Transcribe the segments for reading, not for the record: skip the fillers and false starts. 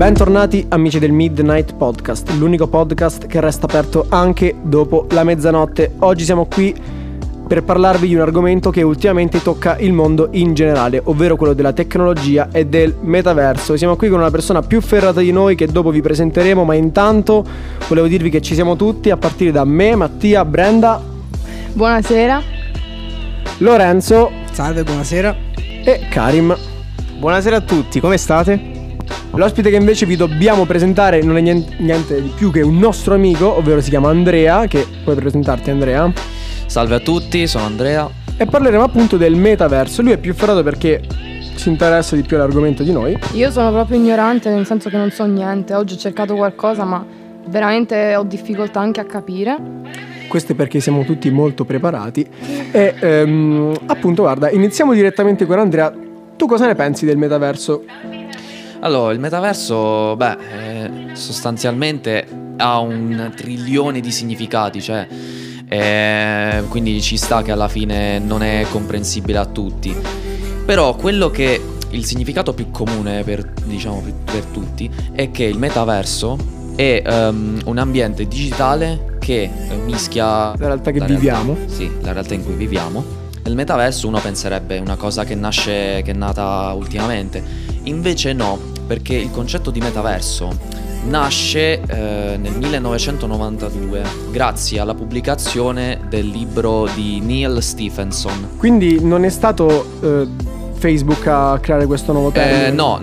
Bentornati amici del Midnight Podcast, l'unico podcast che resta aperto anche dopo la mezzanotte. Oggi siamo qui per parlarvi di un argomento che ultimamente tocca il mondo in generale, ovvero quello della tecnologia e del metaverso. Siamo qui con una persona più ferrata di noi che dopo vi presenteremo, ma intanto volevo dirvi che ci siamo tutti, a partire da me, Mattia, Brenda. Buonasera. Lorenzo. Salve, buonasera. E Karim. Buonasera a tutti, come state? L'ospite che invece vi dobbiamo presentare non è niente di più che un nostro amico, ovvero si chiama Andrea, che puoi presentarti, Andrea. Salve a tutti, sono Andrea. E parleremo appunto del metaverso. Lui è più ferrato perché si interessa di più all'argomento di noi. Io sono proprio ignorante, nel senso che non so niente. Oggi ho cercato qualcosa, ma veramente ho difficoltà anche a capire. Questo è perché siamo tutti molto preparati. E appunto, guarda, iniziamo direttamente con Andrea. Tu cosa ne pensi del metaverso? Allora, il metaverso, sostanzialmente ha 1 trilione di significati, cioè quindi ci sta che alla fine non è comprensibile a tutti. Però quello che il significato più comune per tutti è che il metaverso è un ambiente digitale che mischia la realtà che viviamo. Sì, la realtà in cui viviamo. Il metaverso uno penserebbe una cosa che è nata ultimamente. Invece no, perché il concetto di metaverso nasce nel 1992 grazie alla pubblicazione del libro di Neal Stephenson. Quindi non è stato Facebook a creare questo nuovo termine? No.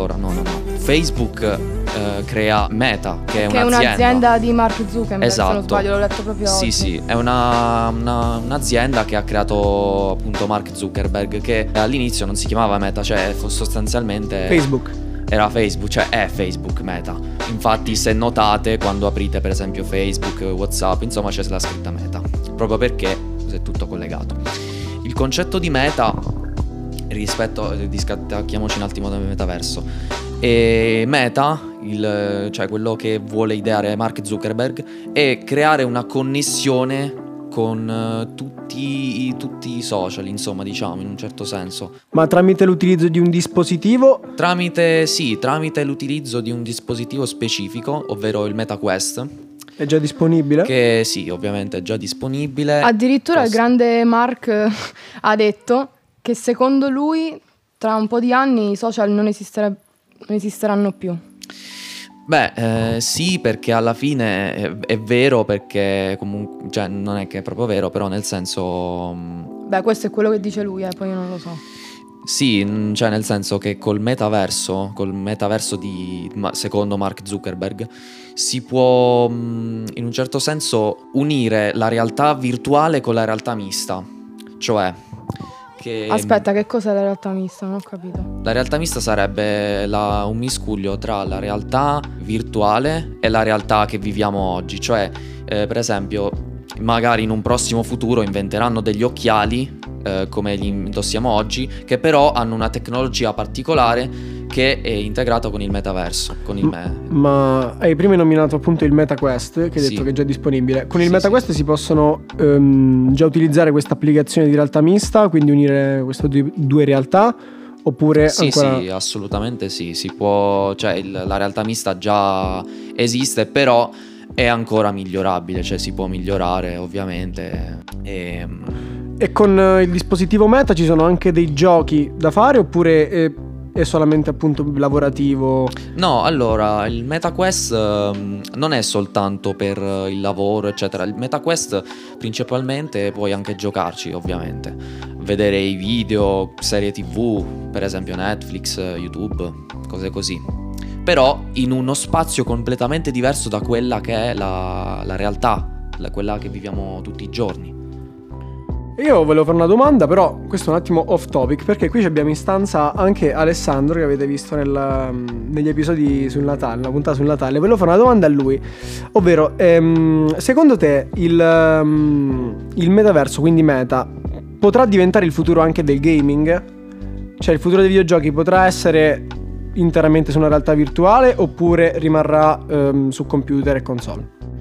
Facebook crea Meta, che è un'azienda di Mark Zuckerberg, esatto. Se non sbaglio, l'ho letto proprio oggi. Sì, è un'azienda che ha creato appunto Mark Zuckerberg, che all'inizio non si chiamava Meta, cioè sostanzialmente Facebook. Era Facebook, cioè è Facebook Meta. Infatti se notate quando aprite per esempio Facebook, WhatsApp, insomma c'è la scritta Meta, proprio perché è tutto collegato. Il concetto di Meta, distacchiamoci un attimo dal metaverso. E Meta, cioè quello che vuole ideare Mark Zuckerberg, è creare una connessione con tutti i social, insomma, diciamo, in un certo senso. Ma tramite l'utilizzo di un dispositivo? Tramite l'utilizzo di un dispositivo specifico, ovvero il MetaQuest. È già disponibile? Che sì, ovviamente è già disponibile. Addirittura il grande Mark ha detto che secondo lui tra un po' di anni i social non esisteranno più. Sì, perché alla fine è vero, perché comunque, cioè non è che è proprio vero, però nel senso... questo è quello che dice lui, poi io non lo so. Sì, cioè nel senso che col metaverso secondo Mark Zuckerberg, si può in un certo senso unire la realtà virtuale con la realtà mista. Cioè... Aspetta, che cos'è la realtà mista? Non ho capito. La realtà mista sarebbe un miscuglio tra la realtà virtuale e la realtà che viviamo oggi. Cioè, per esempio, magari in un prossimo futuro inventeranno degli occhiali come li indossiamo oggi, che però hanno una tecnologia particolare che è integrata con il metaverso, Ma hai prima nominato appunto il MetaQuest, che hai detto che è già disponibile. Con il MetaQuest si possono già utilizzare questa applicazione di realtà mista, quindi unire queste due realtà, oppure ancora... Sì, assolutamente sì, si può, cioè la realtà mista già esiste, però è ancora migliorabile, cioè si può migliorare ovviamente. E con il dispositivo Meta ci sono anche dei giochi da fare, oppure è solamente appunto lavorativo? No, allora il MetaQuest non è soltanto per il lavoro eccetera. Il MetaQuest principalmente puoi anche giocarci, ovviamente, vedere i video, serie TV, per esempio Netflix, YouTube, cose così, però in uno spazio completamente diverso da quella che è la realtà, quella che viviamo tutti i giorni. Io volevo fare una domanda, però questo è un attimo off topic, perché qui abbiamo in stanza anche Alessandro, che avete visto negli episodi sul Natale, una puntata sul Natale. Volevo fare una domanda a lui, ovvero secondo te il metaverso, quindi Meta, potrà diventare il futuro anche del gaming? Cioè il futuro dei videogiochi potrà essere interamente su una realtà virtuale, oppure rimarrà su computer e console?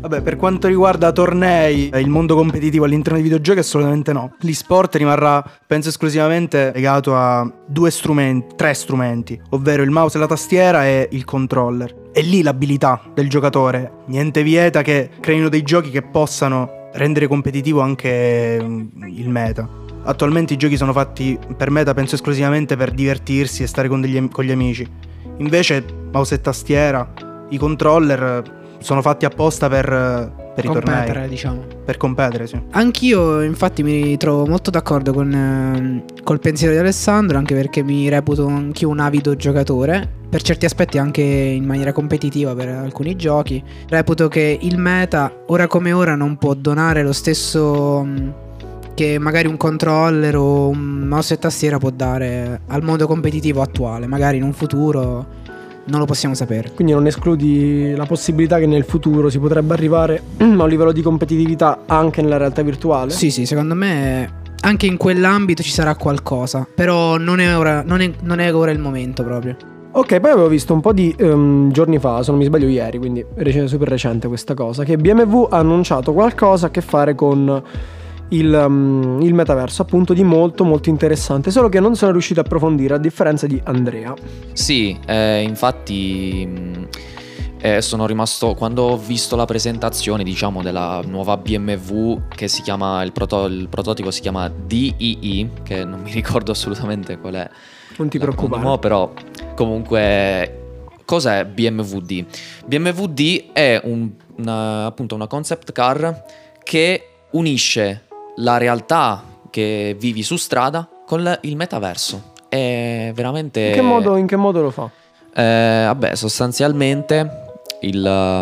Vabbè, per quanto riguarda tornei, il mondo competitivo all'interno dei videogiochi assolutamente no. L'e-sport rimarrà, penso, esclusivamente legato a tre strumenti, ovvero il mouse e la tastiera e il controller. È lì l'abilità del giocatore. Niente vieta che creino dei giochi che possano rendere competitivo anche il meta. Attualmente i giochi sono fatti per meta, penso, esclusivamente per divertirsi e stare con gli amici. Invece mouse e tastiera, i controller sono fatti apposta per i competere, tornei, diciamo. Per competere, sì. Anch'io infatti mi trovo molto d'accordo col pensiero di Alessandro, anche perché mi reputo anch'io un avido giocatore, per certi aspetti anche in maniera competitiva per alcuni giochi. Reputo che il meta, ora come ora, non può donare lo stesso che magari un controller o un mouse e tastiera può dare al mondo competitivo attuale. Magari in un futuro non lo possiamo sapere. Quindi non escludi la possibilità che nel futuro si potrebbe arrivare a un livello di competitività anche nella realtà virtuale? Sì, secondo me anche in quell'ambito ci sarà qualcosa, però non è ora il momento proprio. Ok, poi avevo visto un po' di giorni fa, se non mi sbaglio ieri, quindi super recente questa cosa, che BMW ha annunciato qualcosa a che fare con il metaverso, appunto, di molto molto interessante, solo che non sono riuscito a approfondire, a differenza di Andrea. Sì, infatti sono rimasto, quando ho visto la presentazione, diciamo, della nuova BMW, che si chiama, il prototipo si chiama DEE, che non mi ricordo assolutamente qual è. Non ti preoccupare. No, però comunque, cos'è BMW D? BMW D è appunto una concept car che unisce la realtà che vivi su strada con il metaverso. È veramente... In che modo lo fa? Vabbè, sostanzialmente la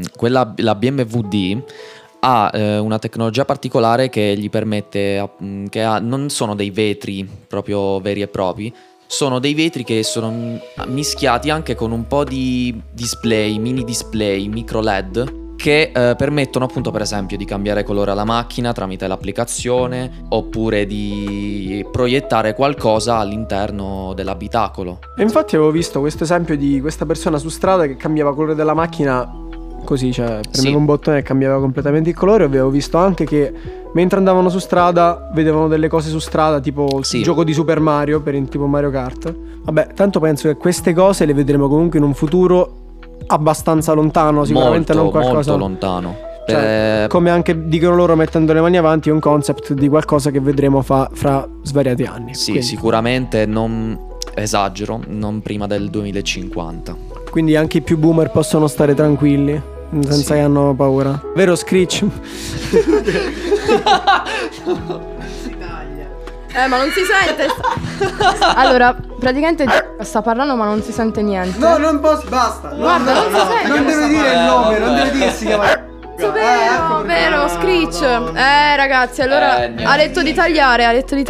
BMW D ha una tecnologia particolare che gli permette, non sono dei vetri proprio veri e propri, sono dei vetri che sono mischiati anche con un po' di display, mini display, micro LED, che permettono, appunto, per esempio, di cambiare colore alla macchina tramite l'applicazione, oppure di proiettare qualcosa all'interno dell'abitacolo. E infatti avevo visto questo esempio di questa persona su strada che cambiava colore della macchina così, cioè premeva un bottone e cambiava completamente il colore. Avevo visto anche che mentre andavano su strada vedevano delle cose su strada, tipo il gioco di Super Mario, tipo Mario Kart. Vabbè, tanto penso che queste cose le vedremo comunque in un futuro abbastanza lontano, sicuramente molto, non qualcosa molto lontano. Cioè, come anche dicono loro, mettendo le mani avanti, è un concept di qualcosa che vedremo fra svariati anni. Sì, quindi, sicuramente, non esagero, non prima del 2050. Quindi anche i più boomer possono stare tranquilli, senza che hanno paura. Vero, Screech? Ma non si sente. Allora, praticamente sta parlando ma non si sente niente. No, non posso, basta. Guarda, non si sente. Non deve dire il nome, non deve dire che si chiama. Vero, Screech. Ragazzi, allora ha detto di tagliare,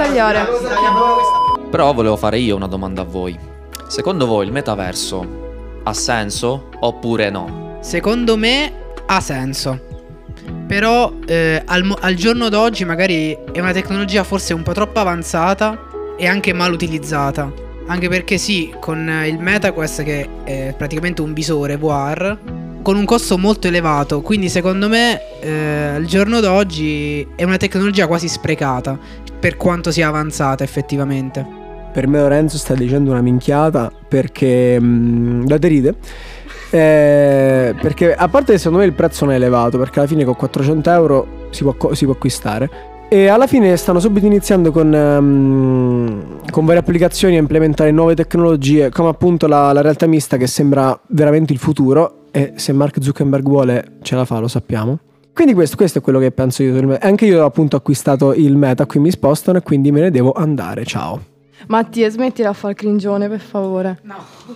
Però volevo fare io una domanda a voi. Secondo voi il metaverso ha senso oppure no? Secondo me ha senso. Però al giorno d'oggi magari è una tecnologia forse un po' troppo avanzata e anche mal utilizzata. Anche perché sì, con il MetaQuest, che è praticamente un visore VR, con un costo molto elevato. Quindi secondo me al giorno d'oggi è una tecnologia quasi sprecata, per quanto sia avanzata effettivamente. Per me Lorenzo sta dicendo una minchiata, perché da deride. Perché a parte che secondo me il prezzo non è elevato, perché alla fine con 400 euro si può acquistare, e alla fine stanno subito iniziando con varie applicazioni a implementare nuove tecnologie, come appunto la realtà mista, che sembra veramente il futuro, e se Mark Zuckerberg vuole ce la fa, lo sappiamo. Quindi questo è quello che penso io. Anche io ho appunto acquistato il Meta, qui mi spostano e quindi me ne devo andare, ciao. Mattia, smettila a fare il cringione, per favore. No.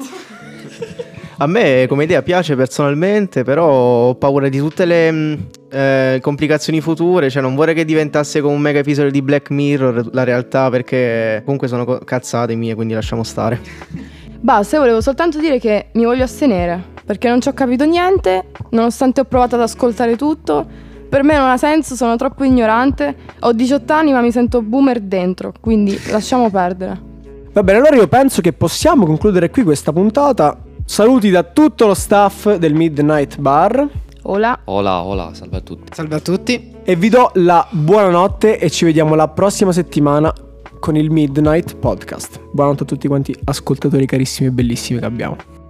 A me come idea piace personalmente, però ho paura di tutte le complicazioni future. Cioè non vorrei che diventasse come un mega episodio di Black Mirror la realtà, perché comunque sono cazzate mie, quindi lasciamo stare. Basta, io volevo soltanto dire che mi voglio astenere, perché non ci ho capito niente, nonostante ho provato ad ascoltare tutto. Per me non ha senso, sono troppo ignorante. Ho 18 anni ma mi sento boomer dentro, quindi lasciamo perdere. Va bene, allora io penso che possiamo concludere qui questa puntata. Saluti da tutto lo staff del Midnight Bar. Hola. Hola, salve a tutti. Salve a tutti. E vi do la buonanotte e ci vediamo la prossima settimana con il Midnight Podcast. Buonanotte a tutti quanti ascoltatori carissimi e bellissimi che abbiamo.